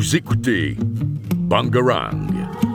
Vous écoutez Bangarang.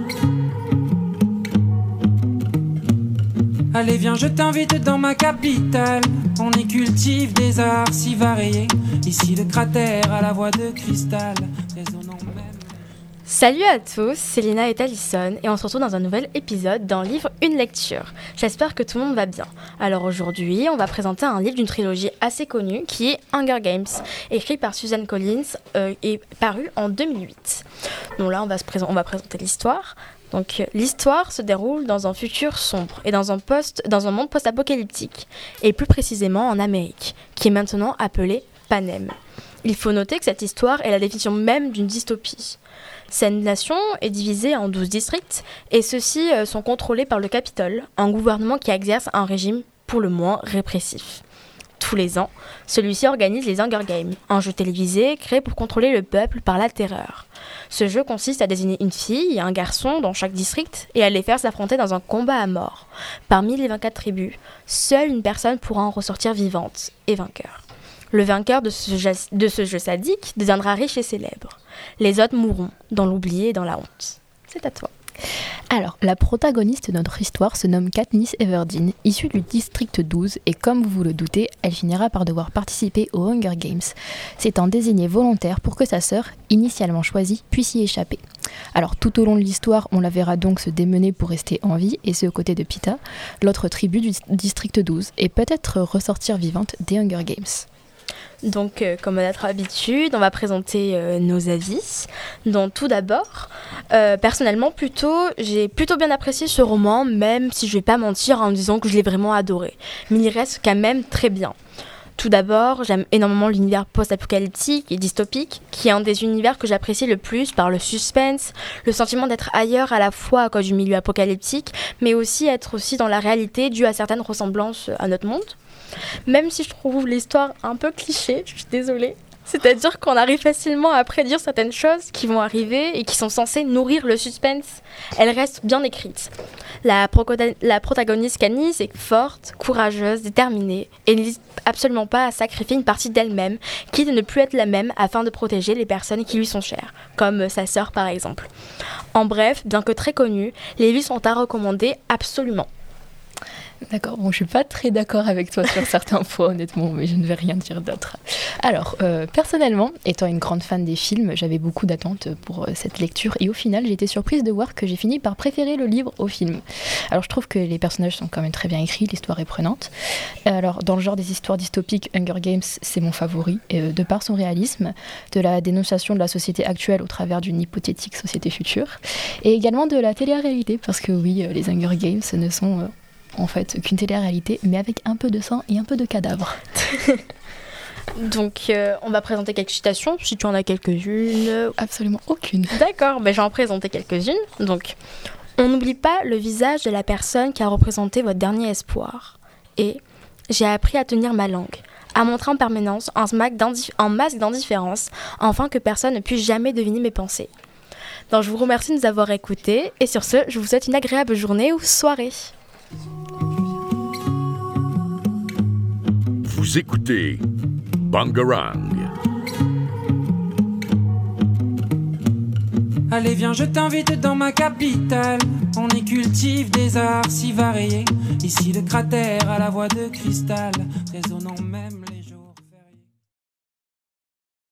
Allez viens, je t'invite dans ma capitale. On y cultive des arts si variés. Ici le cratère à la voix de cristal résonnant même. Salut à tous, c'est Lina et Alison et on se retrouve dans un nouvel épisode d'un livre, une lecture. J'espère que tout le monde va bien. Alors aujourd'hui, on va présenter un livre d'une trilogie assez connue qui est Hunger Games, écrit par Suzanne Collins et paru en 2008. Donc là, on va présenter l'histoire. Donc, l'histoire se déroule dans un futur sombre et dans un monde post-apocalyptique, et plus précisément en Amérique, qui est maintenant appelée Panem. Il faut noter que cette histoire est la définition même d'une dystopie. Cette nation est divisée en 12 districts, et ceux-ci sont contrôlés par le Capitole, un gouvernement qui exerce un régime pour le moins répressif. Tous les ans, celui-ci organise les Hunger Games, un jeu télévisé créé pour contrôler le peuple par la terreur. Ce jeu consiste à désigner une fille et un garçon dans chaque district et à les faire s'affronter dans un combat à mort. Parmi les 24 tribus, seule une personne pourra en ressortir vivante et vainqueur. Le vainqueur de ce jeu sadique deviendra riche et célèbre. Les autres mourront dans l'oubli et dans la honte. C'est à toi. Alors, la protagoniste de notre histoire se nomme Katniss Everdeen, issue du district 12, et comme vous vous le doutez, elle finira par devoir participer aux Hunger Games, s'étant désignée volontaire pour que sa sœur, initialement choisie, puisse y échapper. Alors, tout au long de l'histoire, on la verra donc se démener pour rester en vie, et ce aux côtés de Peeta, l'autre tribu du district 12, et peut-être ressortir vivante des Hunger Games. Donc, comme à notre habitude, on va présenter nos avis. Donc, tout d'abord, personnellement, j'ai plutôt bien apprécié ce roman, même si je vais pas mentir en disant que je l'ai vraiment adoré. Mais il reste quand même très bien. Tout d'abord, j'aime énormément l'univers post-apocalyptique et dystopique, qui est un des univers que j'apprécie le plus par le suspense, le sentiment d'être ailleurs à la fois à cause du milieu apocalyptique, mais aussi être aussi dans la réalité due à certaines ressemblances à notre monde. Même si je trouve l'histoire un peu cliché, je suis désolée. C'est-à-dire qu'on arrive facilement à prédire certaines choses qui vont arriver et qui sont censées nourrir le suspense. Elle reste bien écrite. La protagoniste Katniss est forte, courageuse, déterminée et n'hésite absolument pas à sacrifier une partie d'elle-même, quitte à ne plus être la même afin de protéger les personnes qui lui sont chères, comme sa sœur par exemple. En bref, bien que très connus, les livres sont à recommander absolument. D'accord, bon, je suis pas très d'accord avec toi sur certains points, honnêtement, mais je ne vais rien dire d'autre. Alors, personnellement, étant une grande fan des films, j'avais beaucoup d'attentes pour cette lecture, et au final, j'ai été surprise de voir que j'ai fini par préférer le livre au film. Alors, je trouve que les personnages sont quand même très bien écrits, l'histoire est prenante. Alors, dans le genre des histoires dystopiques, Hunger Games, c'est mon favori, de par son réalisme, de la dénonciation de la société actuelle au travers d'une hypothétique société future, et également de la télé-réalité, parce que oui, les Hunger Games ne sont... en fait, qu'une télé-réalité, mais avec un peu de sang et un peu de cadavre. Donc, on va présenter quelques citations, si tu en as quelques-unes. Absolument aucune. D'accord, je vais en présenter quelques-unes. Donc, on n'oublie pas le visage de la personne qui a représenté votre dernier espoir. Et j'ai appris à tenir ma langue, à montrer en permanence un masque d'indifférence, afin que personne ne puisse jamais deviner mes pensées. Donc, je vous remercie de nous avoir écoutés, et sur ce, je vous souhaite une agréable journée ou soirée. Vous écoutez Bangarang. Allez viens, je t'invite dans ma capitale. On y cultive des arts si variés. Ici le cratère à la voix de cristal résonnant même.